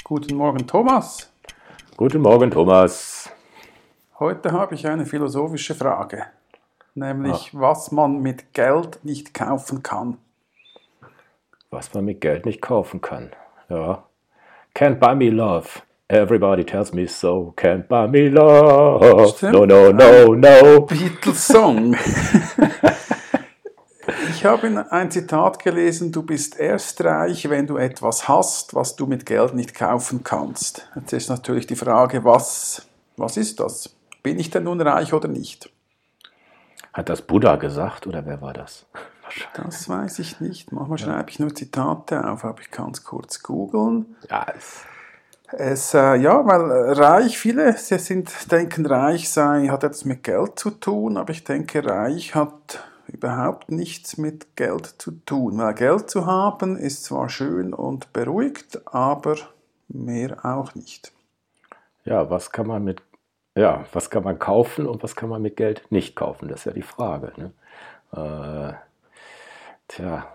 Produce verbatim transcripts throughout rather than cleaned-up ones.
Guten Morgen, Thomas. Guten Morgen, Thomas. Heute habe ich eine philosophische Frage, nämlich Ah, was man mit Geld nicht kaufen kann. was man mit Geld nicht kaufen kann. Ja. Can't buy me love. Everybody tells me so. Can't buy me love. No, Stimmt, no, ein no, no. Beatles-Song. Ich habe in ein Zitat gelesen, du bist erst reich, wenn du etwas hast, was du mit Geld nicht kaufen kannst. Jetzt ist natürlich die Frage, was, was ist das? Bin ich denn nun reich oder nicht? Hat das Buddha gesagt oder wer war das? Wahrscheinlich. Das weiß ich nicht. Manchmal Ja, schreibe ich nur Zitate auf, aber ich kann es kurz googeln. ja es, Es, äh, ja, weil äh, reich, viele sie sind, denken, reich sei, hat etwas mit Geld zu tun, aber ich denke, reich hat überhaupt nichts mit Geld zu tun. Weil Geld zu haben ist zwar schön und beruhigt, aber mehr auch nicht. ja, was kann man mit, ja, was kann man kaufen und was kann man mit Geld nicht kaufen? Das ist ja die Frage. Ne? Äh, tja,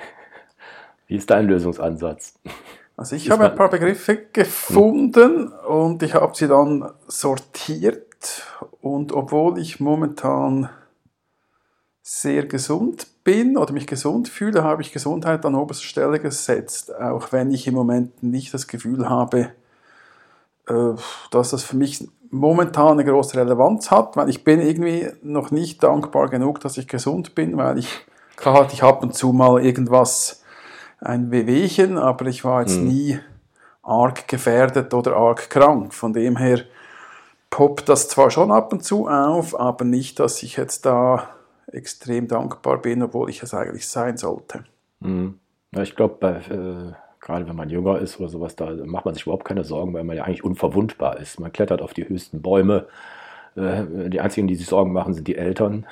wie ist dein Lösungsansatz? Also ich Ist habe ein man, paar Begriffe hm, gefunden und ich habe sie dann sortiert. Und obwohl ich momentan sehr gesund bin oder mich gesund fühle, habe ich Gesundheit an oberste Stelle gesetzt, auch wenn ich im Moment nicht das Gefühl habe, äh, dass das für mich momentan eine große Relevanz hat, weil ich bin irgendwie noch nicht dankbar genug, dass ich gesund bin, weil ich, klar hatte ich ab und zu mal irgendwas, ein Wehwehchen, aber ich war jetzt hm. nie arg gefährdet oder arg krank. Von dem her poppt das zwar schon ab und zu auf, aber nicht, dass ich jetzt da extrem dankbar bin, obwohl ich es eigentlich sein sollte. Mhm. Ja, ich glaube, äh, gerade wenn man jünger ist oder sowas, da macht man sich überhaupt keine Sorgen, weil man ja eigentlich unverwundbar ist. Man klettert auf die höchsten Bäume. Äh, die einzigen, die sich Sorgen machen, sind die Eltern.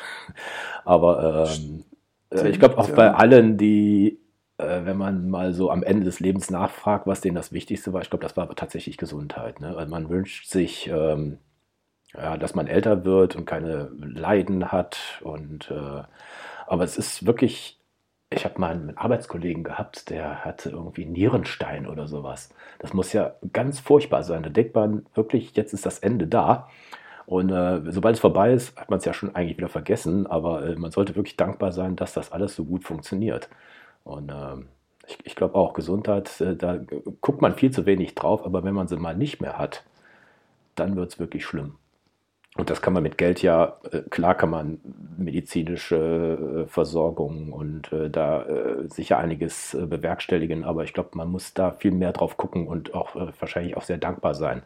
Aber ähm, äh, ich glaube Stimmt, auch bei ja. allen, die, äh, wenn man mal so am Ende des Lebens nachfragt, was denen das Wichtigste war, ich glaube, das war tatsächlich Gesundheit. Ne? Also man wünscht sich, ähm, ja, dass man älter wird und keine Leiden hat. Und, äh, aber es ist wirklich, ich habe mal einen Arbeitskollegen gehabt, der hatte irgendwie Nierenstein oder sowas. Das muss ja ganz furchtbar sein. Da denkt man wirklich, jetzt ist das Ende da. Und äh, sobald es vorbei ist, hat man es ja schon eigentlich wieder vergessen. Aber äh, man sollte wirklich dankbar sein, dass das alles so gut funktioniert. Und ähm, ich, ich glaube auch, Gesundheit, äh, da guckt man viel zu wenig drauf. Aber wenn man sie mal nicht mehr hat, dann wird es wirklich schlimm. Und das kann man mit Geld ja, äh, klar kann man medizinische äh, Versorgung und äh, da äh, sicher einiges äh, bewerkstelligen, aber ich glaube, man muss da viel mehr drauf gucken und auch äh, wahrscheinlich auch sehr dankbar sein.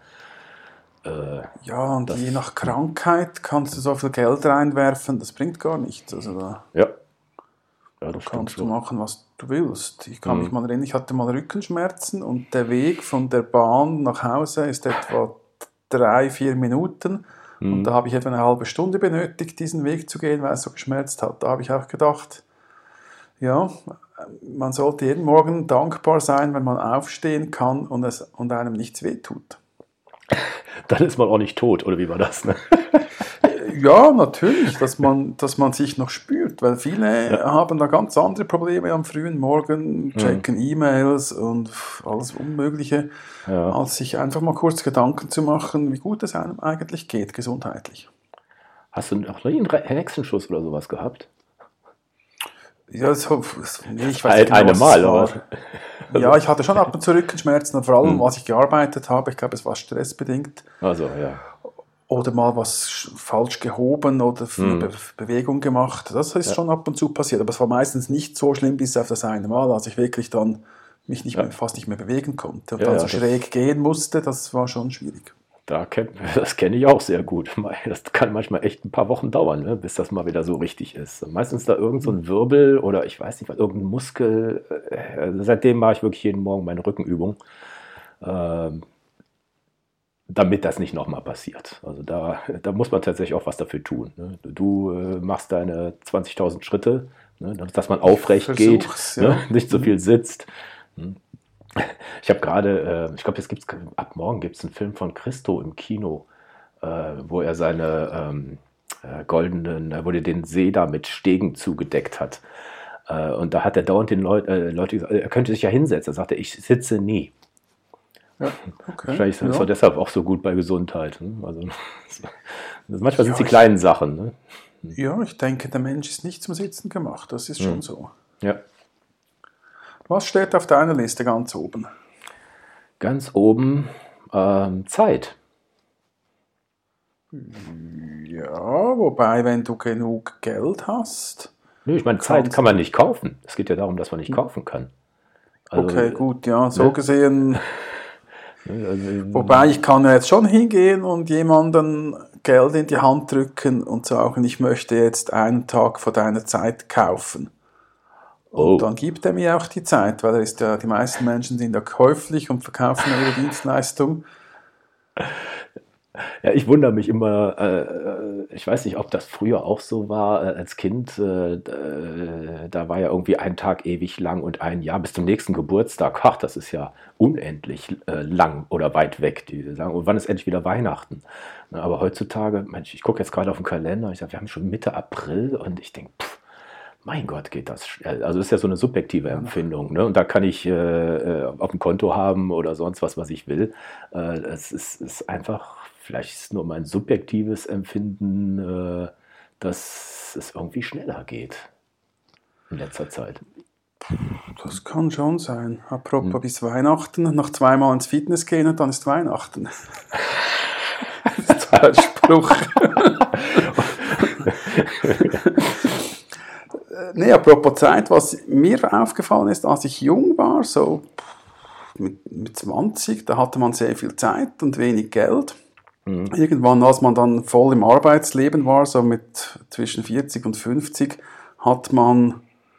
Äh, Ja, und je das, nach hm, Krankheit kannst du so viel Geld reinwerfen, das bringt gar nichts. Also da, ja, ja, da das stimmt kannst du schon. machen, was du willst. Ich kann mich Hm, mal erinnern, ich hatte mal Rückenschmerzen und der Weg von der Bahn nach Hause ist etwa drei, vier Minuten. Und hm. da habe ich etwa eine halbe Stunde benötigt, diesen Weg zu gehen, weil es so geschmerzt hat. Da habe ich auch gedacht, ja, man sollte jeden Morgen dankbar sein, wenn man aufstehen kann und, es, und einem nichts wehtut. Dann ist man auch nicht tot, oder wie war das? Ne? Ja, natürlich, dass man, dass man sich noch spürt, weil viele Ja, haben da ganz andere Probleme am frühen Morgen, hm, checken E-Mails und alles Unmögliche, ja. als sich einfach mal kurz Gedanken zu machen, wie gut es einem eigentlich geht, gesundheitlich. Hast du noch nie einen Re- Hexenschuss oder sowas gehabt? Ja, so, nee, ich weiß nicht Ein, genau, eine was es Mal, oder war. was? Ja, Also, ich hatte schon ab und zu Rückenschmerzen, vor allem, hm, als ich gearbeitet habe. Ich glaube, es war stressbedingt. also ja. Oder mal was sch- falsch gehoben oder eine Be Hm, Bewegung gemacht. Das ist ja, schon ab und zu passiert, aber es war meistens nicht so schlimm bis auf das eine Mal, als ich wirklich dann mich nicht mehr, ja, fast nicht mehr bewegen konnte und ja, dann ja, so schräg das. gehen musste. Das war schon schwierig. Da kenn, das kenne ich auch sehr gut. Das kann manchmal echt ein paar Wochen dauern, ne, bis das mal wieder so richtig ist. Meistens da irgend so ein Wirbel oder ich weiß nicht was, irgendein Muskel. Äh, Seitdem mache ich wirklich jeden Morgen meine Rückenübung, ähm, damit das nicht nochmal passiert. Also da, da muss man tatsächlich auch was dafür tun. Ne. Du äh, machst deine zwanzigtausend Schritte, ne, dass man Ich aufrecht geht, versuch's, ne, ja. nicht so Mhm. viel sitzt. Hm. Ich habe gerade, äh, ich glaube, jetzt gibt's ab morgen gibt es einen Film von Christo im Kino, äh, wo er seine ähm, äh, goldenen, äh, wo er den See da mit Stegen zugedeckt hat. Äh, und da hat er dauernd den Leut, äh, Leute gesagt, er könnte sich ja hinsetzen. Da sagt er, ich sitze nie. Ja, okay. Wahrscheinlich ist ja. er deshalb auch so gut bei Gesundheit. Ne? Also, manchmal sind es Ja, die kleinen Sachen. Ne? Ja, ich denke, der Mensch ist nicht zum Sitzen gemacht. Das ist schon Hm. so. Ja. Was steht auf deiner Liste ganz oben? Ganz oben ähm, Zeit. Ja, wobei, wenn du genug Geld hast. Nö, ich meine, Zeit Kannst- kann man nicht kaufen. Es geht ja darum, dass man nicht kaufen kann. Also, Okay, gut, ja, so ne? gesehen. ne, also, Wobei, ich kann ja jetzt schon hingehen und jemandem Geld in die Hand drücken und sagen, ich möchte jetzt einen Tag von deiner Zeit kaufen. Und Oh. dann gibt er mir auch die Zeit, weil er ist ja, die meisten Menschen sind ja käuflich und verkaufen ihre Dienstleistung. Ja, ich wundere mich immer, äh, ich weiß nicht, ob das früher auch so war, äh, als Kind, äh, äh, da war ja irgendwie ein Tag ewig lang und ein Jahr bis zum nächsten Geburtstag. Ach, das ist ja unendlich äh, lang oder weit weg. Die sagen, und wann ist endlich wieder Weihnachten? Na, aber heutzutage, Mensch, ich gucke jetzt gerade auf den Kalender, ich sage, wir haben schon Mitte April und ich denke, pff, mein Gott, geht das schnell. Also das ist ja so eine subjektive Empfindung. Ne? Und da kann ich äh, auf dem Konto haben oder sonst was, was ich will. Äh, es ist, ist einfach, vielleicht ist es nur mein subjektives Empfinden, äh, dass es irgendwie schneller geht in letzter Zeit. Das kann schon sein. Apropos hm. bis Weihnachten, noch zweimal ins Fitness gehen und dann ist Weihnachten. Das ist ein Spruch. Nee, apropos Zeit, was mir aufgefallen ist, als ich jung war, so mit, mit zwanzig, da hatte man sehr viel Zeit und wenig Geld. Mhm. Irgendwann, als man dann voll im Arbeitsleben war, so mit zwischen vierzig und fünfzig, hat man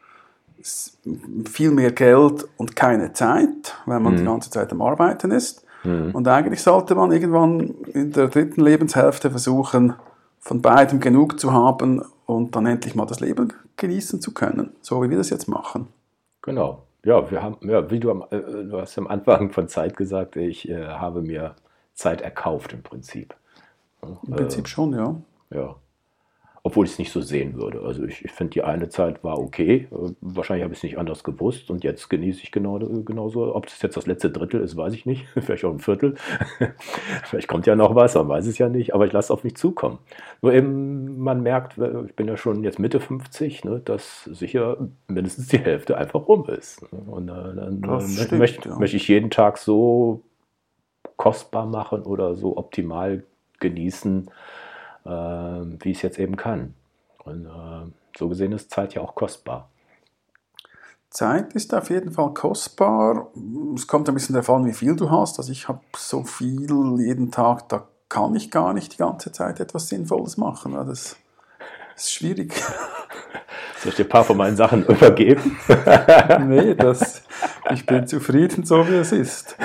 viel mehr Geld und keine Zeit, weil man mhm. die ganze Zeit am Arbeiten ist. Mhm. Und eigentlich sollte man irgendwann in der dritten Lebenshälfte versuchen, von beidem genug zu haben und dann endlich mal das Leben genießen zu können, so wie wir das jetzt machen. Genau. Ja, wir haben, ja, wie du, am, äh, du hast am Anfang von Zeit gesagt, ich äh, habe mir Zeit erkauft im Prinzip. Im äh, Prinzip schon, ja. Ja. Obwohl ich es nicht so sehen würde. Also ich, ich finde, die eine Zeit war okay. Wahrscheinlich habe ich es nicht anders gewusst und jetzt genieße ich genau, genauso. Ob das jetzt das letzte Drittel ist, weiß ich nicht. Vielleicht auch ein Viertel. Vielleicht kommt ja noch was, man weiß es ja nicht. Aber ich lasse es auf mich zukommen. Nur eben, man merkt, ich bin ja schon jetzt Mitte fünfzig, ne, dass sicher mindestens die Hälfte einfach rum ist. Und äh, dann äh, stimmt, möchte, ja. möchte ich jeden Tag so kostbar machen oder so optimal genießen, wie ich es jetzt eben kann. Und äh, so gesehen ist Zeit ja auch kostbar. Zeit ist auf jeden Fall kostbar. Es kommt ein bisschen darauf an, wie viel du hast. Also ich habe so viel jeden Tag, da kann ich gar nicht die ganze Zeit etwas Sinnvolles machen. Das ist schwierig. Soll ich dir ein paar von meinen Sachen übergeben? Nee, das, ich bin zufrieden, so wie es ist.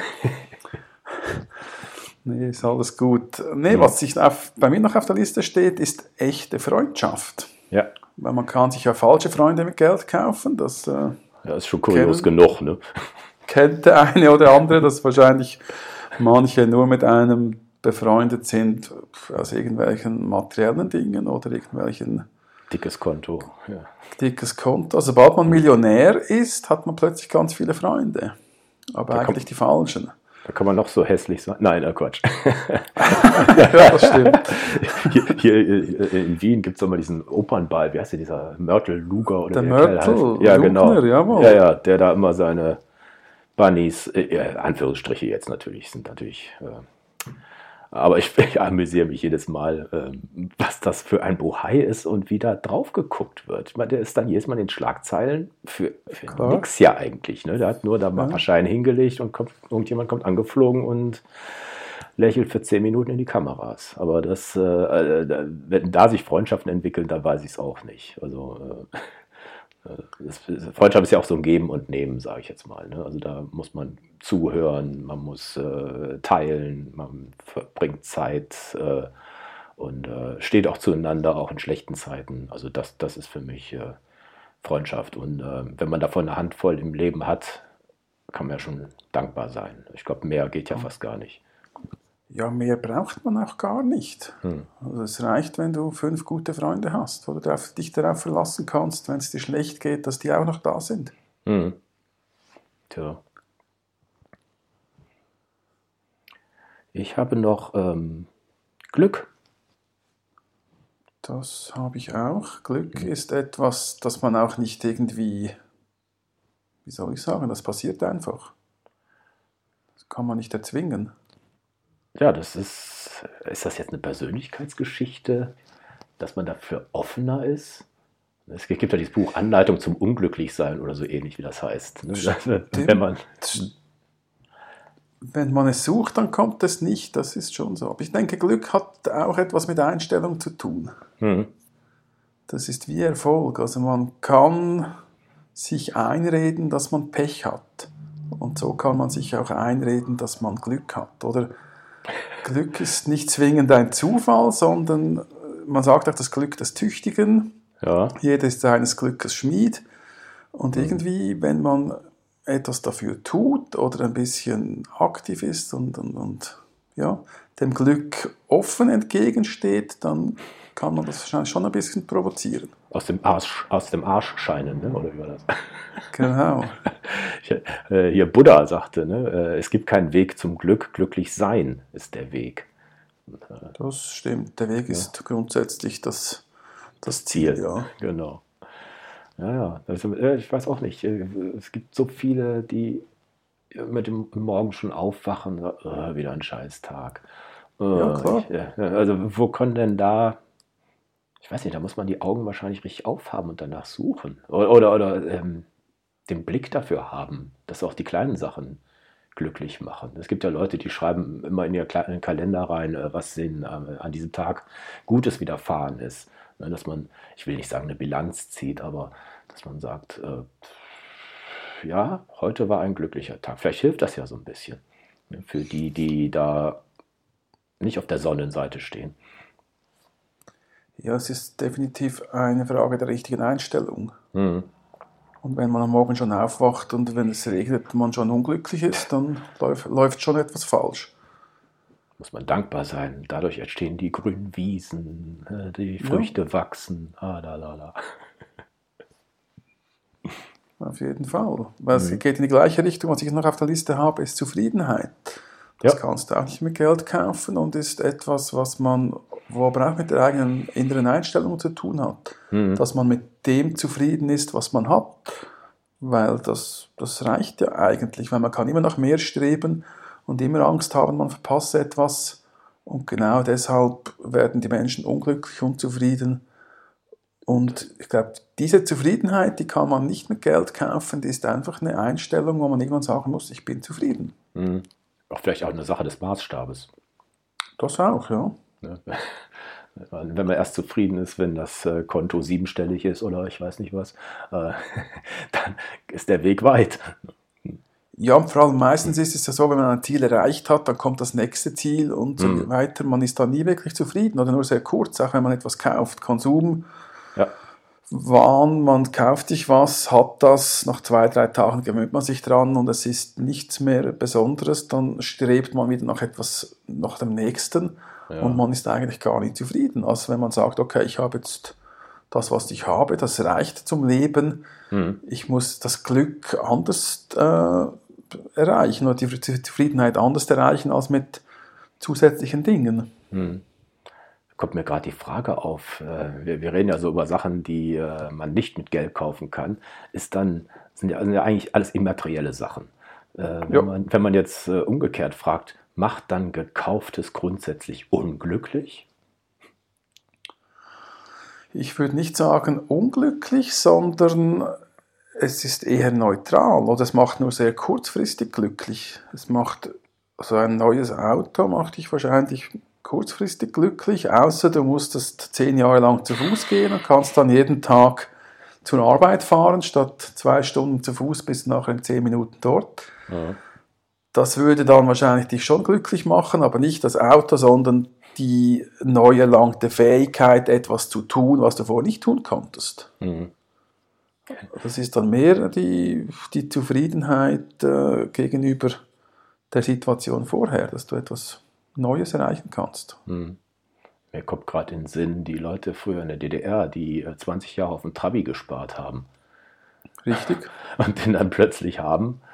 Nee, ist alles gut. Nee, was sich auf, bei mir noch auf der Liste steht, ist echte Freundschaft. Ja. Weil man kann sich ja falsche Freunde mit Geld kaufen. Das äh, ja, ist schon kurios kennen, genug, ne? Kennt der eine oder andere, dass wahrscheinlich manche nur mit einem befreundet sind aus irgendwelchen materiellen Dingen oder irgendwelchen... Dickes Konto, ja. Dickes Konto. Also sobald man Millionär ist, hat man plötzlich ganz viele Freunde. Aber da eigentlich die falschen. Da kann man noch so hässlich sein. Nein, oh Quatsch. Ja, das stimmt. Hier, hier in Wien gibt es immer diesen Opernball. Wie heißt der, dieser Mörtel Luger? Oder der Mörtel Ja, genau. Lugner, jawohl. Ja, ja, der da immer seine Bunnies, äh, Anführungsstriche jetzt natürlich, sind natürlich... Äh, aber ich, ich amüsiere mich jedes Mal, ähm, was das für ein Bohai ist und wie da drauf geguckt wird. Ich meine, der ist dann jedes Mal in den Schlagzeilen für, für nix ja eigentlich. Ne? Der hat nur da mal ein paar Scheine hingelegt und kommt, irgendjemand kommt angeflogen und lächelt für zehn Minuten in die Kameras. Aber das, äh, wenn da sich Freundschaften entwickeln, da weiß ich es auch nicht. Also äh, Das, Freundschaft ist ja auch so ein Geben und Nehmen, sage ich jetzt mal. Ne? Also da muss man zuhören, man muss äh, teilen, man verbringt Zeit äh, und äh, steht auch zueinander, auch in schlechten Zeiten. Also das, das ist für mich äh, Freundschaft. Und äh, wenn man davon eine Handvoll im Leben hat, kann man ja schon dankbar sein. Ich glaube, mehr geht ja fast gar nicht. Ja, mehr braucht man auch gar nicht. Hm. Also es reicht, wenn du fünf gute Freunde hast, wo du dich darauf verlassen kannst, wenn es dir schlecht geht, dass die auch noch da sind. Hm. Tja. Ich habe noch ähm, Glück. Das habe ich auch. Glück ist etwas, das man auch nicht irgendwie, wie soll ich sagen, das passiert einfach. Das kann man nicht erzwingen. Ja, das ist, ist das jetzt eine Persönlichkeitsgeschichte, dass man dafür offener ist? Es gibt ja dieses Buch Anleitung zum Unglücklichsein oder so ähnlich, wie das heißt. Ne? Wenn man, Wenn man es sucht, dann kommt es nicht, das ist schon so. Aber ich denke, Glück hat auch etwas mit Einstellung zu tun. hm. Das ist wie Erfolg. Also man kann sich einreden, dass man Pech hat. Und so kann man sich auch einreden, dass man Glück hat. Oder Glück ist nicht zwingend ein Zufall, sondern man sagt auch das Glück des Tüchtigen. Ja. Jeder ist seines Glückes Schmied. Und irgendwie, wenn man etwas dafür tut oder ein bisschen aktiv ist und, und, und ja, dem Glück offen entgegensteht, dann kann man das wahrscheinlich schon ein bisschen provozieren. Aus dem Arsch, aus dem Arsch scheinen, ne? Oder wie war das? Genau. Hier Buddha sagte, ne? Es gibt keinen Weg zum Glück, glücklich sein ist der Weg. Das stimmt. Der Weg ja. ist grundsätzlich das, das Ziel, Ziel, ja. Genau. Ja, ja. Also, ich weiß auch nicht. Es gibt so viele, die mit dem Morgen schon aufwachen, oh, wieder ein Scheißtag. Oh, ja, klar. Ich, also, wo kann denn da, ich weiß nicht, da muss man die Augen wahrscheinlich richtig aufhaben und danach suchen. Oder, oder, oder ähm, den Blick dafür haben, dass auch die kleinen Sachen glücklich machen. Es gibt ja Leute, die schreiben immer in ihren Kalender rein, was ihnen an diesem Tag Gutes widerfahren ist. Dass man, ich will nicht sagen, eine Bilanz zieht, aber dass man sagt, äh, ja, heute war ein glücklicher Tag. Vielleicht hilft das ja so ein bisschen für die, die da nicht auf der Sonnenseite stehen. Ja, es ist definitiv eine Frage der richtigen Einstellung. Mhm. Und wenn man am Morgen schon aufwacht und wenn es regnet, man schon unglücklich ist, dann läuft, läuft schon etwas falsch. Muss man dankbar sein. Dadurch entstehen die grünen Wiesen, die Früchte ja. wachsen. Ah, la, la, la. Auf jeden Fall. Weil mhm. es geht in die gleiche Richtung, was ich noch auf der Liste habe, ist Zufriedenheit. Das ja. kannst du auch nicht mit Geld kaufen und ist etwas, was man, wo aber auch mit der eigenen inneren Einstellung zu tun hat. Mhm. Dass man mit dem zufrieden ist, was man hat. Weil das, das reicht ja eigentlich, weil man kann immer nach mehr streben und immer Angst haben, man verpasse etwas. Und genau deshalb werden die Menschen unglücklich, unzufrieden. Und ich glaube, diese Zufriedenheit, die kann man nicht mit Geld kaufen, die ist einfach eine Einstellung, wo man irgendwann sagen muss, ich bin zufrieden. Mhm. Auch vielleicht auch eine Sache des Maßstabes. Das auch, ja. Wenn man erst zufrieden ist, wenn das Konto siebenstellig ist oder ich weiß nicht was, dann ist der Weg weit. Ja, und vor allem meistens ist es ja so, wenn man ein Ziel erreicht hat, dann kommt das nächste Ziel und so mhm. weiter. Man ist da nie wirklich zufrieden oder nur sehr kurz, auch wenn man etwas kauft. Konsum, ja. Wahn, man kauft sich was, hat das, nach zwei, drei Tagen gewöhnt man sich dran und es ist nichts mehr Besonderes, dann strebt man wieder nach etwas, nach dem Nächsten ja. und man ist eigentlich gar nicht zufrieden. Also wenn man sagt, okay, ich habe jetzt das, was ich habe, das reicht zum Leben, mhm. ich muss das Glück anders äh, erreichen oder die Zufriedenheit anders erreichen als mit zusätzlichen Dingen. Mhm. Kommt mir gerade die Frage auf, wir, wir reden ja so über Sachen, die man nicht mit Geld kaufen kann, ist dann, sind ja, sind ja eigentlich alles immaterielle Sachen. Wenn, ja. man, wenn man jetzt umgekehrt fragt, macht dann Gekauftes grundsätzlich unglücklich? Ich würde nicht sagen unglücklich, sondern es ist eher neutral oder es macht nur sehr kurzfristig glücklich. Es macht, also ein neues Auto macht dich wahrscheinlich kurzfristig glücklich, außer du musstest zehn Jahre lang zu Fuß gehen und kannst dann jeden Tag zur Arbeit fahren, statt zwei Stunden zu Fuß bist du nachher in zehn Minuten dort. Ja. Das würde dann wahrscheinlich dich schon glücklich machen, aber nicht das Auto, sondern die neu erlangte Fähigkeit, etwas zu tun, was du vorher nicht tun konntest. Mhm. Das ist dann mehr die, die Zufriedenheit äh, gegenüber der Situation vorher, dass du etwas Neues erreichen kannst. Hm. Mir kommt gerade in den Sinn, die Leute früher in der D D R, die zwanzig Jahre auf dem Trabi gespart haben. Richtig. Und den dann plötzlich haben.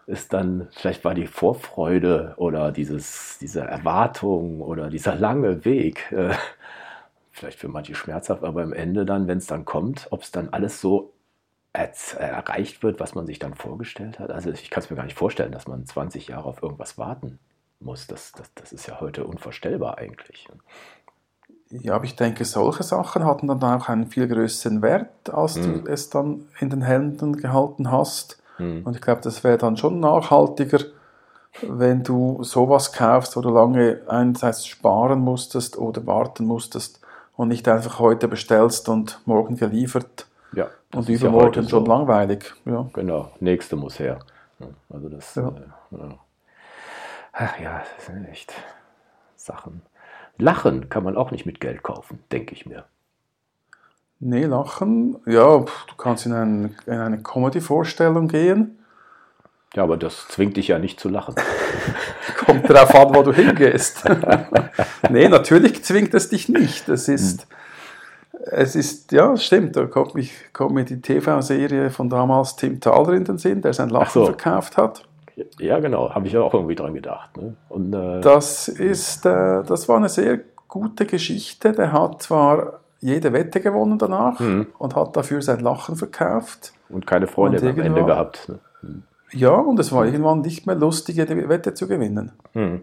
ist dann, vielleicht war die Vorfreude oder dieses, diese Erwartung oder dieser lange Weg, äh, vielleicht für manche schmerzhaft, aber am Ende dann, wenn es dann kommt, ob es dann alles so als, äh, erreicht wird, was man sich dann vorgestellt hat. Also ich kann es mir gar nicht vorstellen, dass man zwanzig Jahre auf irgendwas warten muss. Das, das, das ist ja heute unvorstellbar eigentlich. Ja, aber ich denke, solche Sachen hatten dann auch einen viel größeren Wert, als Hm. du es dann in den Händen gehalten hast. Hm. Und ich glaube, das wäre dann schon nachhaltiger, wenn du sowas kaufst, wo du lange einerseits sparen musstest oder warten musstest und nicht einfach heute bestellst und morgen geliefert Ja, das und ist ja übermorgen heute so. schon langweilig. Ja. Genau, nächste muss her. Ja, Also das, Ja. äh, ja. Ach ja, das sind echt Sachen. Lachen kann man auch nicht mit Geld kaufen, denke ich mir. Nee, Lachen, ja, pf, du kannst in, ein, in eine Comedy-Vorstellung gehen. Ja, aber das zwingt dich ja nicht zu lachen. Kommt darauf an, wo du hingehst. Nee, natürlich zwingt es dich nicht. Es ist, es ist ja, stimmt, da kommt, mich, kommt mir die T V-Serie von damals Tim Thaler in den Sinn, der sein Lachen Ach so. verkauft hat. Ja, genau, habe ich ja auch irgendwie dran gedacht. Ne? Und, äh, Das ist, äh, das war eine sehr gute Geschichte. Der hat zwar jede Wette gewonnen danach Mhm. und hat dafür sein Lachen verkauft. und keine Freundin Und am Ende irgendwann- gehabt. Ne? Ja, und es war irgendwann nicht mehr lustig, jede Wette zu gewinnen. Mhm.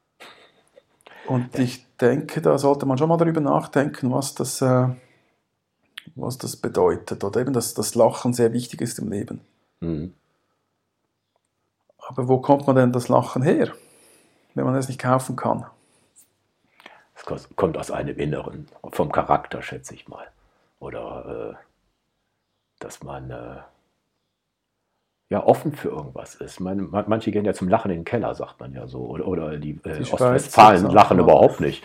Und ich denke, da sollte man schon mal darüber nachdenken, was das, äh, was das bedeutet. Oder eben, dass das Lachen sehr wichtig ist im Leben. Mhm. Aber wo kommt man denn das Lachen her, wenn man es nicht kaufen kann? Es kos- kommt aus einem Inneren, vom Charakter, schätze ich mal. Oder äh, dass man äh, ja offen für irgendwas ist. Meine, ma- manche gehen ja zum Lachen in den Keller, sagt man ja so. Oder, oder die, äh, Die Schweizer Ostwestfalen sagt lachen man. überhaupt nicht.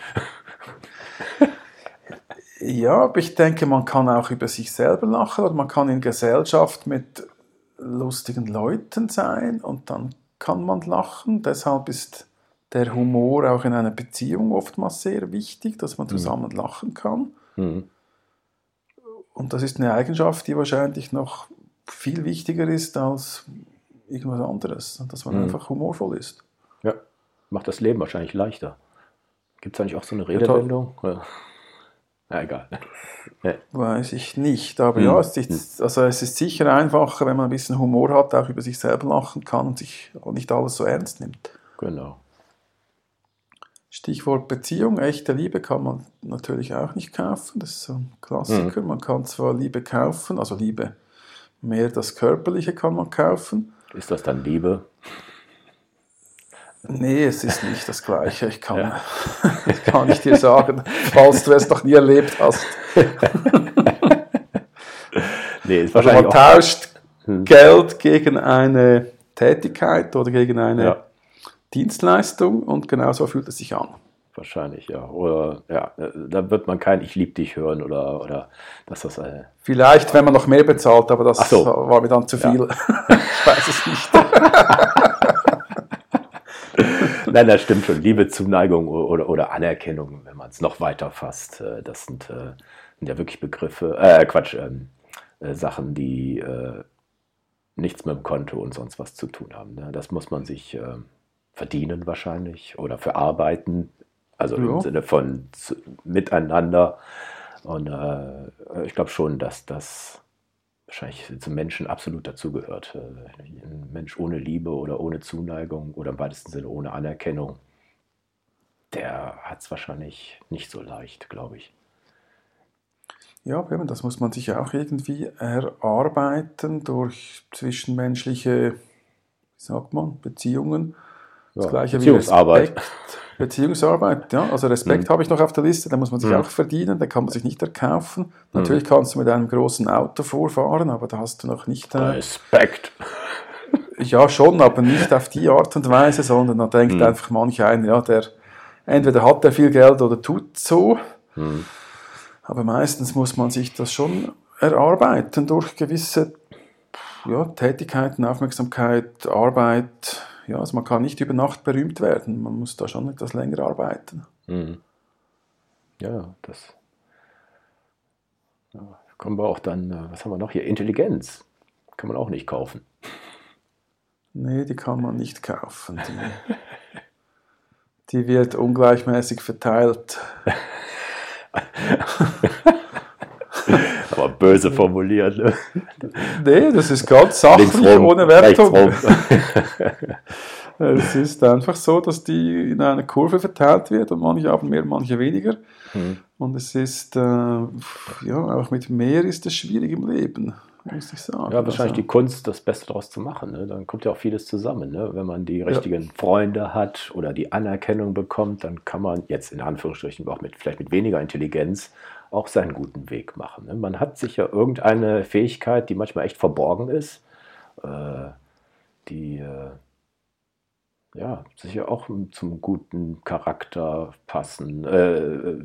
Ja, aber ich denke, man kann auch über sich selber lachen oder man kann in Gesellschaft mit lustigen Leuten sein und dann kann man lachen. Deshalb ist der Humor auch in einer Beziehung oftmals sehr wichtig, dass man zusammen lachen kann. Mhm. Und das ist eine Eigenschaft, die wahrscheinlich noch viel wichtiger ist als irgendwas anderes, dass man Mhm. einfach humorvoll ist. Ja, macht das Leben wahrscheinlich leichter. Gibt es eigentlich auch so eine toll. Redewendung? Ja, ja egal. Ja. Weiß ich nicht, aber Hm. ja, es ist, also es ist sicher einfacher, wenn man ein bisschen Humor hat, auch über sich selber lachen kann und sich auch nicht alles so ernst nimmt. Genau. Stichwort Beziehung, echte Liebe kann man natürlich auch nicht kaufen, das ist so ein Klassiker. Man kann zwar Liebe kaufen, also Liebe, mehr das Körperliche kann man kaufen. Ist das dann Liebe? Nee, es ist nicht das Gleiche. Ich kann, Ja. ich kann nicht dir sagen, falls du es noch nie erlebt hast. Nee, ist Also wahrscheinlich man auch. tauscht Geld gegen eine Tätigkeit oder gegen eine Ja. Dienstleistung und genau so fühlt es sich an. Wahrscheinlich, ja. Oder ja, da wird man kein Ich lieb dich hören oder, oder dass das. Äh, Vielleicht, wenn man noch mehr bezahlt, aber das Ach so. war mir dann zu Ja. viel. Ich weiß es nicht. Nein, das stimmt schon. Liebe, Zuneigung oder, oder Anerkennung, wenn man es noch weiter fasst. äh, Das sind, äh, sind ja wirklich Begriffe, äh, Quatsch, ähm, äh, Sachen, die äh, nichts mit dem Konto und sonst was zu tun haben. Ne? Das muss man sich äh, verdienen wahrscheinlich oder verarbeiten. Also Ja. im Sinne von zu, miteinander. Und äh, ich glaube schon, dass das wahrscheinlich zum Menschen absolut dazugehört. Äh, Ein Mensch ohne Liebe oder ohne Zuneigung oder im weitesten Sinne ohne Anerkennung, der hat es wahrscheinlich nicht so leicht, glaube ich. Ja, aber eben, das muss man sich auch irgendwie erarbeiten durch zwischenmenschliche, wie sagt man, Beziehungen. Das Ja, gleiche wie Beziehungsarbeit. Respekt. Beziehungsarbeit, ja. Also Respekt habe ich noch auf der Liste, den muss man sich Mhm. auch verdienen, den kann man sich nicht erkaufen. Natürlich kannst du mit einem großen Auto vorfahren, aber da hast du noch nicht... Äh, Respekt. ja, schon, aber nicht auf die Art und Weise, sondern da denkt Mhm. einfach manch einer, ja, der entweder hat er viel Geld oder tut so. Mhm. Aber meistens muss man sich das schon erarbeiten durch gewisse ja, Tätigkeiten, Aufmerksamkeit, Arbeit. Ja, also man kann nicht über Nacht berühmt werden. Man muss da schon etwas länger arbeiten. Mhm. Ja, das. Ja, kommen wir auch dann, äh, was haben wir noch hier? Intelligenz. Kann man auch nicht kaufen. Nee, die kann man nicht kaufen. Die, die wird ungleichmäßig verteilt. Aber böse formuliert. Ne? Nee, das ist ganz sachlich, Linksrum, ohne Wertung. rechtsrum. Es ist einfach so, dass die in einer Kurve verteilt wird und manche haben mehr, manche weniger. Hm. Und es ist, äh, ja, auch mit mehr ist es schwierig im Leben, muss ich sagen. Ja, wahrscheinlich also, die Kunst, das Beste daraus zu machen. Ne? Dann kommt ja auch vieles zusammen. Ne? Wenn man die richtigen ja. Freunde hat oder die Anerkennung bekommt, dann kann man jetzt in Anführungsstrichen auch mit, vielleicht mit weniger Intelligenz auch seinen guten Weg machen. Ne? Man hat sicher irgendeine Fähigkeit, die manchmal echt verborgen ist, äh, die äh, ja, sicher auch zum guten Charakter passen. Äh,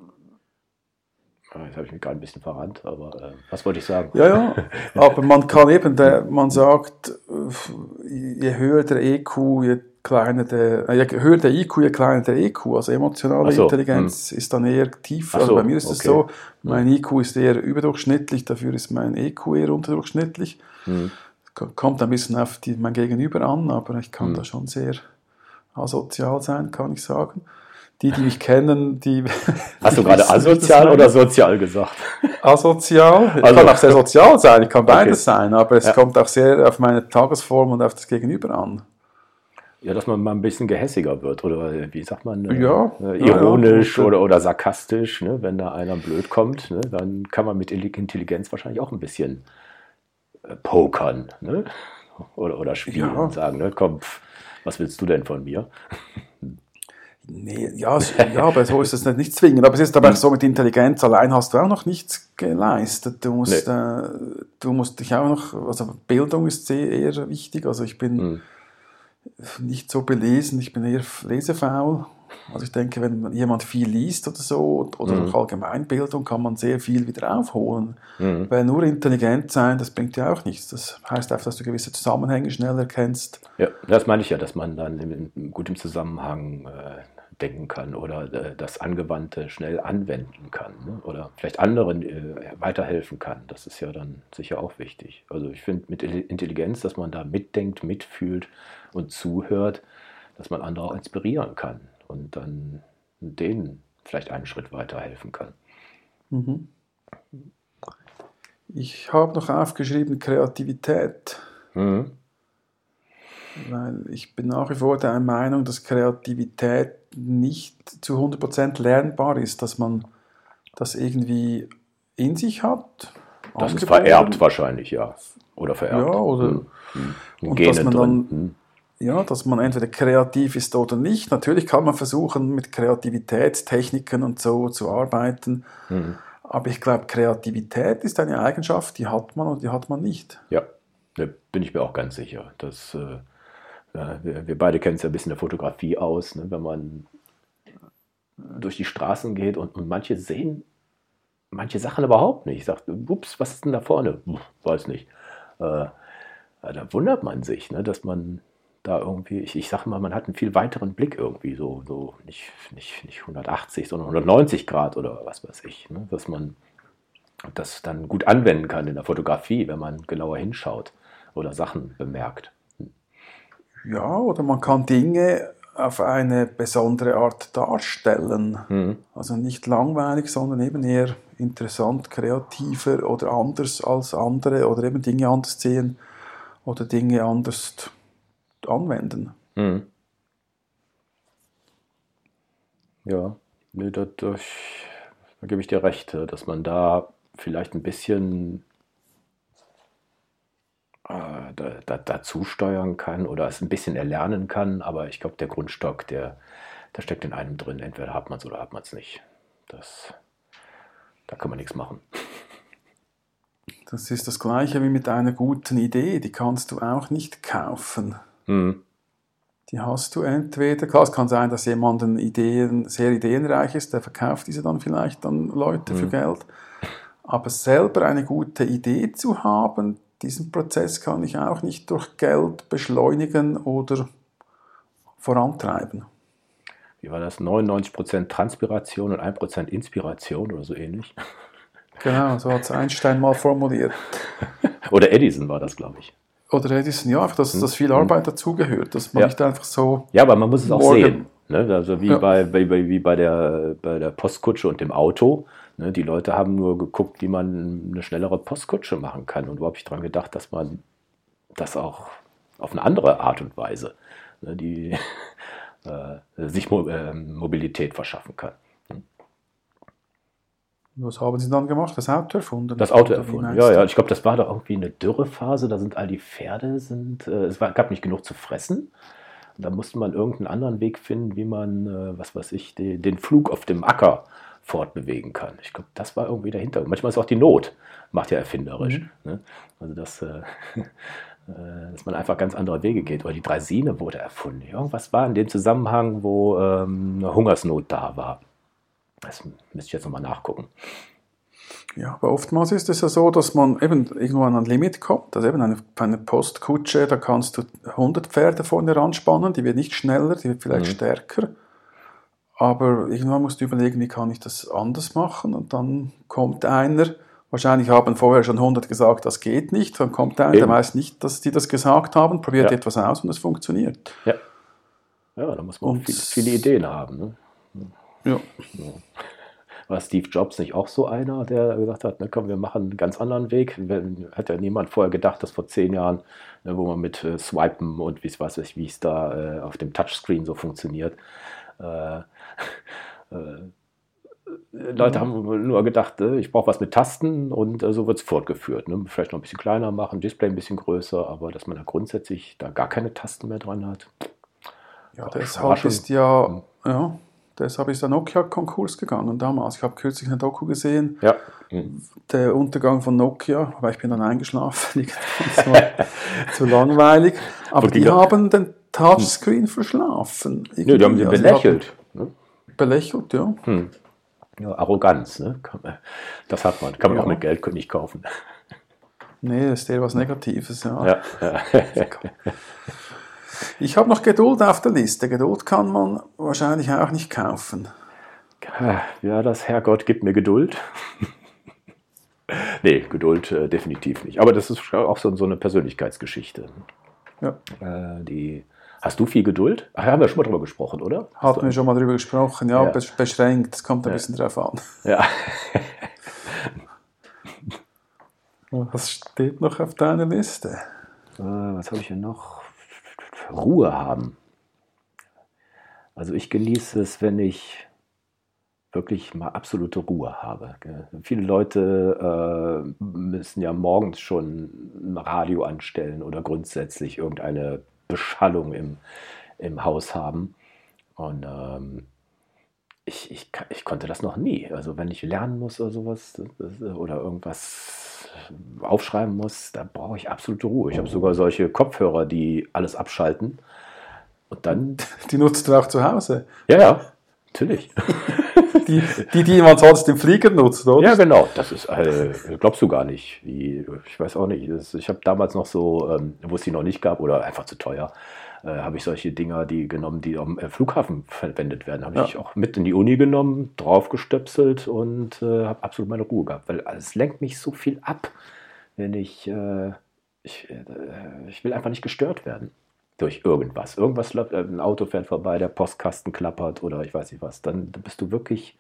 Jetzt habe ich mich gerade ein bisschen verrannt, aber äh, was wollte ich sagen? Ja, ja, aber man kann eben, der, man sagt, je höher der E Q, je kleiner der, äh, je höher der I Q, je kleiner der E Q, also emotionale so, Intelligenz hm. ist dann eher tiefer. Also so, bei mir ist es okay. so, mein hm. I Q ist eher überdurchschnittlich, dafür ist mein E Q eher unterdurchschnittlich. Hm. Kommt ein bisschen auf die, mein Gegenüber an, aber ich kann hm. da schon sehr asozial sein, kann ich sagen. Die, die mich kennen, die... Hast du gerade asozial oder sozial gesagt? Asozial. Ich also. kann auch sehr sozial sein, ich kann beides okay. sein, aber es ja. kommt auch sehr auf meine Tagesform und auf das Gegenüber an. Ja, dass man mal ein bisschen gehässiger wird oder wie sagt man, äh, ja, äh, ironisch ja, ja. Oder, oder sarkastisch. Ne? Wenn da einer blöd kommt, ne? Dann kann man mit Intelligenz wahrscheinlich auch ein bisschen äh, pokern, ne? oder, oder spielen ja. und sagen, ne? Komm, was willst du denn von mir? Nee, ja, ja, aber so ist es nicht, nicht zwingend. Aber es ist aber auch so, mit Intelligenz allein hast du auch noch nichts geleistet. Du musst, nee. äh, du musst dich auch noch, also Bildung ist sehr eher wichtig. Also ich bin hm. nicht so belesen, ich bin eher lesefaul. Also ich denke, wenn jemand viel liest oder so, oder hm. Allgemeinbildung, kann man sehr viel wieder aufholen. Hm. Weil nur intelligent sein, das bringt ja auch nichts. Das heißt einfach, dass du gewisse Zusammenhänge schnell erkennst. Ja, das meine ich ja, dass man dann im, gut im Zusammenhang äh, denken kann oder äh, das Angewandte schnell anwenden kann, ne? Oder vielleicht anderen äh, weiterhelfen kann. Das ist ja dann sicher auch wichtig. Also ich finde mit Intelligenz, dass man da mitdenkt, mitfühlt und zuhört, dass man andere auch inspirieren kann und dann denen vielleicht einen Schritt weiterhelfen kann. Mhm. Ich habe noch aufgeschrieben Kreativität. Mhm. Weil ich bin nach wie vor der Meinung, dass Kreativität nicht zu hundert Prozent lernbar ist, dass man das irgendwie in sich hat. Das ist vererbt wahrscheinlich, ja. Oder vererbt. Ja, oder hm. Hm. Und dass man dann, hm. ja, dass man entweder kreativ ist oder nicht. Natürlich kann man versuchen, mit Kreativitätstechniken und so zu arbeiten. Hm. Aber ich glaube, Kreativität ist eine Eigenschaft, die hat man und die hat man nicht. Ja, da bin ich mir auch ganz sicher. Das äh Ja, wir, wir beide kennen es ja ein bisschen der Fotografie aus, ne? Wenn man durch die Straßen geht und, und manche sehen manche Sachen überhaupt nicht. Ich sage, ups, was ist denn da vorne? Puh, weiß nicht. Äh, da wundert man sich, ne? Dass man da irgendwie, ich, ich sage mal, man hat einen viel weiteren Blick irgendwie, so, so nicht, nicht, nicht hundertachtzig, sondern hundertneunzig Grad oder was weiß ich, ne? Dass man das dann gut anwenden kann in der Fotografie, wenn man genauer hinschaut oder Sachen bemerkt. Ja, oder man kann Dinge auf eine besondere Art darstellen. Mhm. Also nicht langweilig, sondern eben eher interessant, kreativer oder anders als andere oder eben Dinge anders sehen oder Dinge anders anwenden. Mhm. Ja, nee, da, da, da gebe ich dir recht, dass man da vielleicht ein bisschen Da, da, dazu steuern kann oder es ein bisschen erlernen kann, aber ich glaube, der Grundstock, der, der steckt in einem drin. Entweder hat man es oder hat man es nicht. Das, da kann man nichts machen. Das ist das Gleiche wie mit einer guten Idee. Die kannst du auch nicht kaufen. Mhm. Die hast du entweder, klar, es kann sein, dass jemand Ideen, sehr ideenreich ist, der verkauft diese dann vielleicht an Leute mhm. für Geld. Aber selber eine gute Idee zu haben, diesen Prozess kann ich auch nicht durch Geld beschleunigen oder vorantreiben. Wie war das? neunundneunzig Prozent Transpiration und ein Prozent Inspiration oder so ähnlich? Genau, so hat es Einstein mal formuliert. Oder Edison war das, glaube ich. Oder Edison, ja, einfach, dass, Hm. dass viel Arbeit dazugehört, dass man Ja. nicht einfach so... Ja, aber man muss es auch morgen- sehen. Ne? Also wie, Ja. bei, bei, bei- wie bei, der, bei der Postkutsche und dem Auto. Ne? Die Leute haben nur geguckt, wie man eine schnellere Postkutsche machen kann. Und wo habe ich dran gedacht, dass man das auch auf eine andere Art und Weise, ne, die äh, sich Mo äh, Mobilität verschaffen kann. Was haben Sie dann gemacht? Das Auto erfunden? Das Auto Oder wie erfunden. meinst Ja, du? ja. Ich glaube, das war da irgendwie eine Dürrephase. Da sind all die Pferde sind. Äh, es war, gab nicht genug zu fressen. Und da musste man irgendeinen anderen Weg finden, wie man, äh, was weiß ich, die, den Flug auf dem Acker fortbewegen kann. Ich glaube, das war irgendwie dahinter. Manchmal ist auch die Not, macht ja erfinderisch. Mhm. Ne? Also das, äh, dass man einfach ganz andere Wege geht. Oder die Draisine wurde erfunden. Irgendwas war in dem Zusammenhang, wo ähm, eine Hungersnot da war. Das müsste ich jetzt nochmal nachgucken. Ja, aber oftmals ist es ja so, dass man eben irgendwo an ein Limit kommt. Also eben eine, eine Postkutsche, da kannst du hundert Pferde vorne ranspannen, die wird nicht schneller, die wird vielleicht Mhm. stärker. Aber irgendwann musst du überlegen, wie kann ich das anders machen? Und dann kommt einer, wahrscheinlich haben vorher schon hundert gesagt, das geht nicht. Dann kommt einer, der Eben. weiß nicht, dass die das gesagt haben, probiert Ja. etwas aus und es funktioniert. Ja, ja, da muss man auch Und- viel, viele Ideen haben. Ne? Ja. War Steve Jobs nicht auch so einer, der gesagt hat, ne, komm, wir machen einen ganz anderen Weg? Hat ja niemand vorher gedacht, dass vor zehn Jahren, ne, wo man mit äh, Swipen und wie weiß ich, wie es da äh, auf dem Touchscreen so funktioniert, äh, äh, Leute haben nur gedacht, äh, ich brauche was mit Tasten und äh, so wird es fortgeführt. Ne? Vielleicht noch ein bisschen kleiner machen, Display ein bisschen größer, aber dass man da grundsätzlich da gar keine Tasten mehr dran hat. Ja, War deshalb schon- ist ja, ja, deshalb ist der Nokia-Konkurs gegangen damals. Ich habe kürzlich eine Doku gesehen, Ja. Mhm. der Untergang von Nokia, aber ich bin dann eingeschlafen, das war zu langweilig. Aber Und die die ga- haben den Touchscreen verschlafen. Nö, die haben sie Irgendwie. Also belächelt. Ne? haben Belächelt, ja. Hm. Ja, Arroganz, ne? Kann man- Das hat man, kann man Ja. auch mit Geld nicht kaufen. Nee, das ist eher was Negatives, ja. Ja, ja. Ich habe noch Geduld auf der Liste. Geduld kann man wahrscheinlich auch nicht kaufen. ja, das Herrgott gibt mir Geduld. Nee, Geduld äh, definitiv nicht. Aber das ist auch so, so eine Persönlichkeitsgeschichte. Ja. Äh, die, hast du viel Geduld? Ach, haben wir schon mal drüber gesprochen, oder? Hast Hatten du- wir schon mal drüber gesprochen, ja, Ja. bes- beschränkt, es kommt ein bisschen drauf an. Ja. Was steht noch auf deiner Liste? Äh, was habe ich hier noch? Ruhe haben. Also ich genieße es, wenn ich wirklich mal absolute Ruhe habe. Gell? Viele Leute äh, müssen ja morgens schon ein Radio anstellen oder grundsätzlich irgendeine Beschallung im, im Haus haben. Und ähm, ich, ich, ka- ich konnte das noch nie. Also wenn ich lernen muss oder sowas das- oder irgendwas aufschreiben muss, da brauche ich absolute Ruhe. Ich habe sogar solche Kopfhörer, die alles abschalten. Und dann, Die nutzt du auch zu Hause. ja, ja, natürlich. Die, die, die man sonst im Flieger nutzt, oder? Ja, genau. Das ist, äh, glaubst du gar nicht. Wie, ich weiß auch nicht. Das, ich habe damals noch so, ähm, wo es die noch nicht gab oder einfach zu teuer, äh, habe ich solche Dinger, die genommen, die am äh, Flughafen verwendet werden. Habe Ja. ich auch mit in die Uni genommen, draufgestöpselt und äh, habe absolut meine Ruhe gehabt, weil es lenkt mich so viel ab, wenn ich, äh, ich, äh, ich will einfach nicht gestört werden durch irgendwas. Irgendwas läuft, äh, ein Auto fährt vorbei, der Postkasten klappert oder ich weiß nicht was. Dann bist du wirklich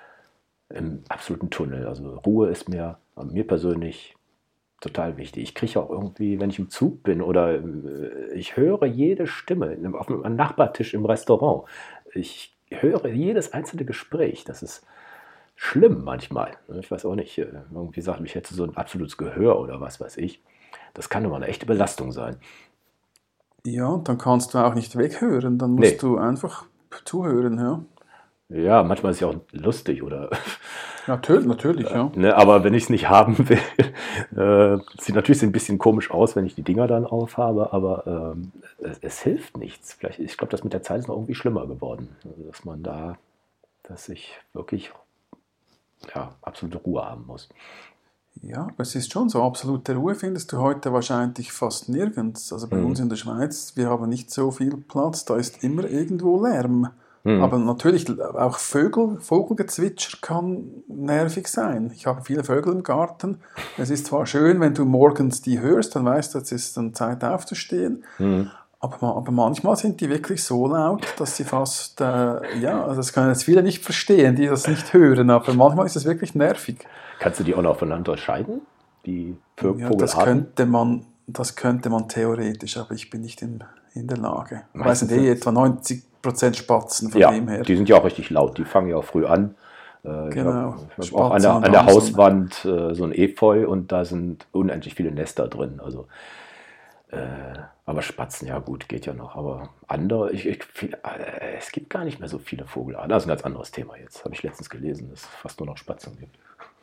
im absoluten Tunnel. Also Ruhe ist mir, mir persönlich total wichtig. Ich kriege auch irgendwie, wenn ich im Zug bin oder äh, ich höre jede Stimme auf einem Nachbartisch im Restaurant. Ich höre jedes einzelne Gespräch. Das ist schlimm manchmal. Ich weiß auch nicht, äh, irgendwie sagt, ich hätte so ein absolutes Gehör oder was weiß ich. Das kann immer eine echte Belastung sein. Ja, und dann kannst du auch nicht weghören, dann musst Nee. du einfach zuhören, ja. Ja, manchmal ist es ja auch lustig oder Natürlich, natürlich, ja. Ne, aber wenn ich es nicht haben will, äh, sieht natürlich ein bisschen komisch aus, wenn ich die Dinger dann aufhabe, aber ähm, es, es hilft nichts. Vielleicht, ich glaube, das mit der Zeit ist noch irgendwie schlimmer geworden, also, dass man da, dass ich wirklich ja, absolute Ruhe haben muss. Ja, aber es ist schon so, absolute Ruhe findest du heute wahrscheinlich fast nirgends. Also bei Mhm. uns in der Schweiz, wir haben nicht so viel Platz, da ist immer irgendwo Lärm. Mhm. Aber natürlich auch Vögel, Vogelgezwitscher kann nervig sein. Ich habe viele Vögel im Garten. Es ist zwar schön, wenn du morgens die hörst, dann weißt du, es ist dann Zeit aufzustehen. Mhm. Aber, aber manchmal sind die wirklich so laut, dass sie fast, äh, ja, also das können jetzt viele nicht verstehen, die das nicht hören, aber manchmal ist es wirklich nervig. Kannst du die auch noch voneinander unterscheiden, die Vogelarten? Ja, das könnte man, das könnte man theoretisch, aber ich bin nicht in, in der Lage. Weil es sind eh etwa neunzig Prozent Spatzen von ja, dem her. Die sind ja auch richtig laut, die fangen ja auch früh an. Äh, genau. Ich habe auch an der, an der Hauswand äh, so ein Efeu und da sind unendlich viele Nester drin, also äh, aber Spatzen, ja gut, geht ja noch. Aber andere, ich, ich, äh, es gibt gar nicht mehr so viele Vogelarten. Das ist ein ganz anderes Thema jetzt. Habe ich letztens gelesen, dass es fast nur noch Spatzen gibt.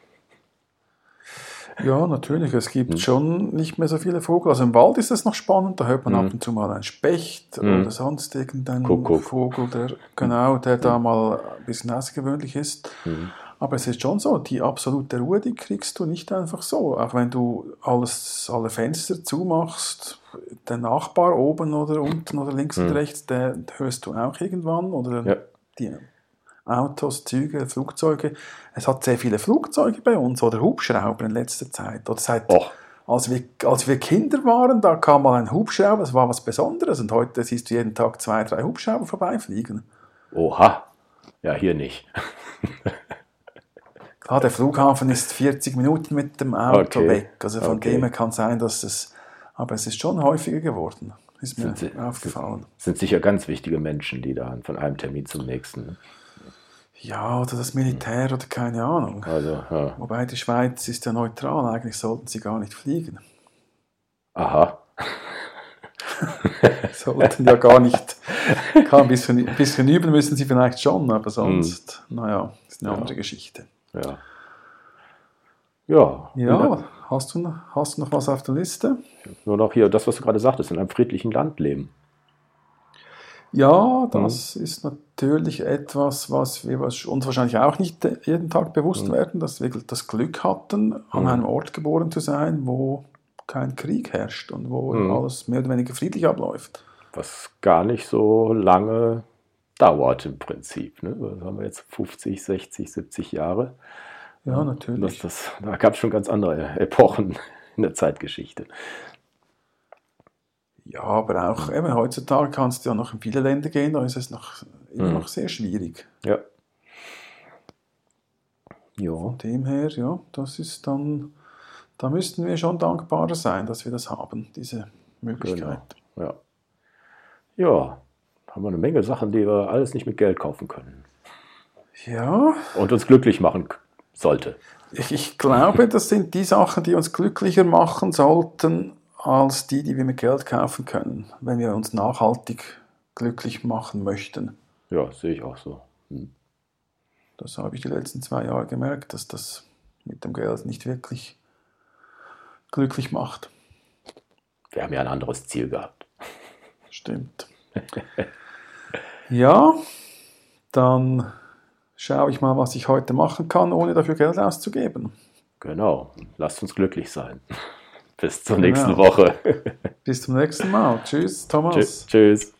Ja, natürlich. Es gibt hm. schon nicht mehr so viele Vögel. Also im Wald ist es noch spannend. Da hört man hm. ab und zu mal einen Specht hm. oder sonst irgendeinen Kuckuck. Vogel, der, genau, der hm. da mal ein bisschen außergewöhnlich ist. Hm. Aber es ist schon so, die absolute Ruhe, die kriegst du nicht einfach so. Auch wenn du alles, alle Fenster zumachst, der Nachbar oben oder unten oder links hm. und rechts, der hörst du auch irgendwann. Oder ja. die Autos, Züge, Flugzeuge. Es hat sehr viele Flugzeuge bei uns oder Hubschrauber in letzter Zeit. Oder seit, als wir, als wir Kinder waren, da kam mal ein Hubschrauber, das war was Besonderes. Und heute siehst du jeden Tag zwei, drei Hubschrauber vorbeifliegen. Oha, ja, hier nicht. Klar, der Flughafen ist vierzig Minuten mit dem Auto okay. weg. Also von okay. dem her kann sein, dass es, aber es ist schon häufiger geworden. Ist mir sind, aufgefallen. Sind sicher ganz wichtige Menschen, die da von einem Termin zum nächsten. Ja, oder das Militär oder keine Ahnung. Also, ja. Wobei die Schweiz ist ja neutral, eigentlich sollten sie gar nicht fliegen. Aha. Sollten ja gar nicht. Kann ein bisschen, ein bisschen üben müssen sie vielleicht schon, aber sonst, hm. naja, ist eine ja. andere Geschichte. Ja. Ja. Ja, hast du, hast du noch was auf der Liste? Nur noch hier, das, was du gerade sagtest, in einem friedlichen Land leben. Ja, das mhm. ist natürlich etwas, was wir uns wahrscheinlich auch nicht jeden Tag bewusst mhm. werden, dass wir das Glück hatten, an mhm. einem Ort geboren zu sein, wo kein Krieg herrscht und wo mhm. alles mehr oder weniger friedlich abläuft. Was gar nicht so lange dauert im Prinzip. Ne? Das haben wir jetzt fünfzig, sechzig, siebzig Jahre. Ja, natürlich. Das, das, da gab es schon ganz andere Epochen in der Zeitgeschichte. Ja, aber auch eben, heutzutage kannst du ja noch in viele Länder gehen, da ist es noch, immer mhm. noch sehr schwierig. Ja. Ja. Von dem her, ja, das ist dann, da müssten wir schon dankbarer sein, dass wir das haben, diese Möglichkeit. Genau. Ja. Ja, haben wir eine Menge Sachen, die wir alles nicht mit Geld kaufen können. Ja. Und uns glücklich machen sollte. Ich, ich glaube, das sind die Sachen, die uns glücklicher machen sollten, als die, die wir mit Geld kaufen können, wenn wir uns nachhaltig glücklich machen möchten. Ja, sehe ich auch so. Hm. Das habe ich die letzten zwei Jahre gemerkt, dass das mit dem Geld nicht wirklich glücklich macht. Wir haben ja ein anderes Ziel gehabt. Stimmt. Ja, dann schaue ich mal, was ich heute machen kann, ohne dafür Geld auszugeben. Genau, lasst uns glücklich sein. Bis zur nächsten genau. Woche. Bis zum nächsten Mal. Tschüss, Thomas. Tschüss.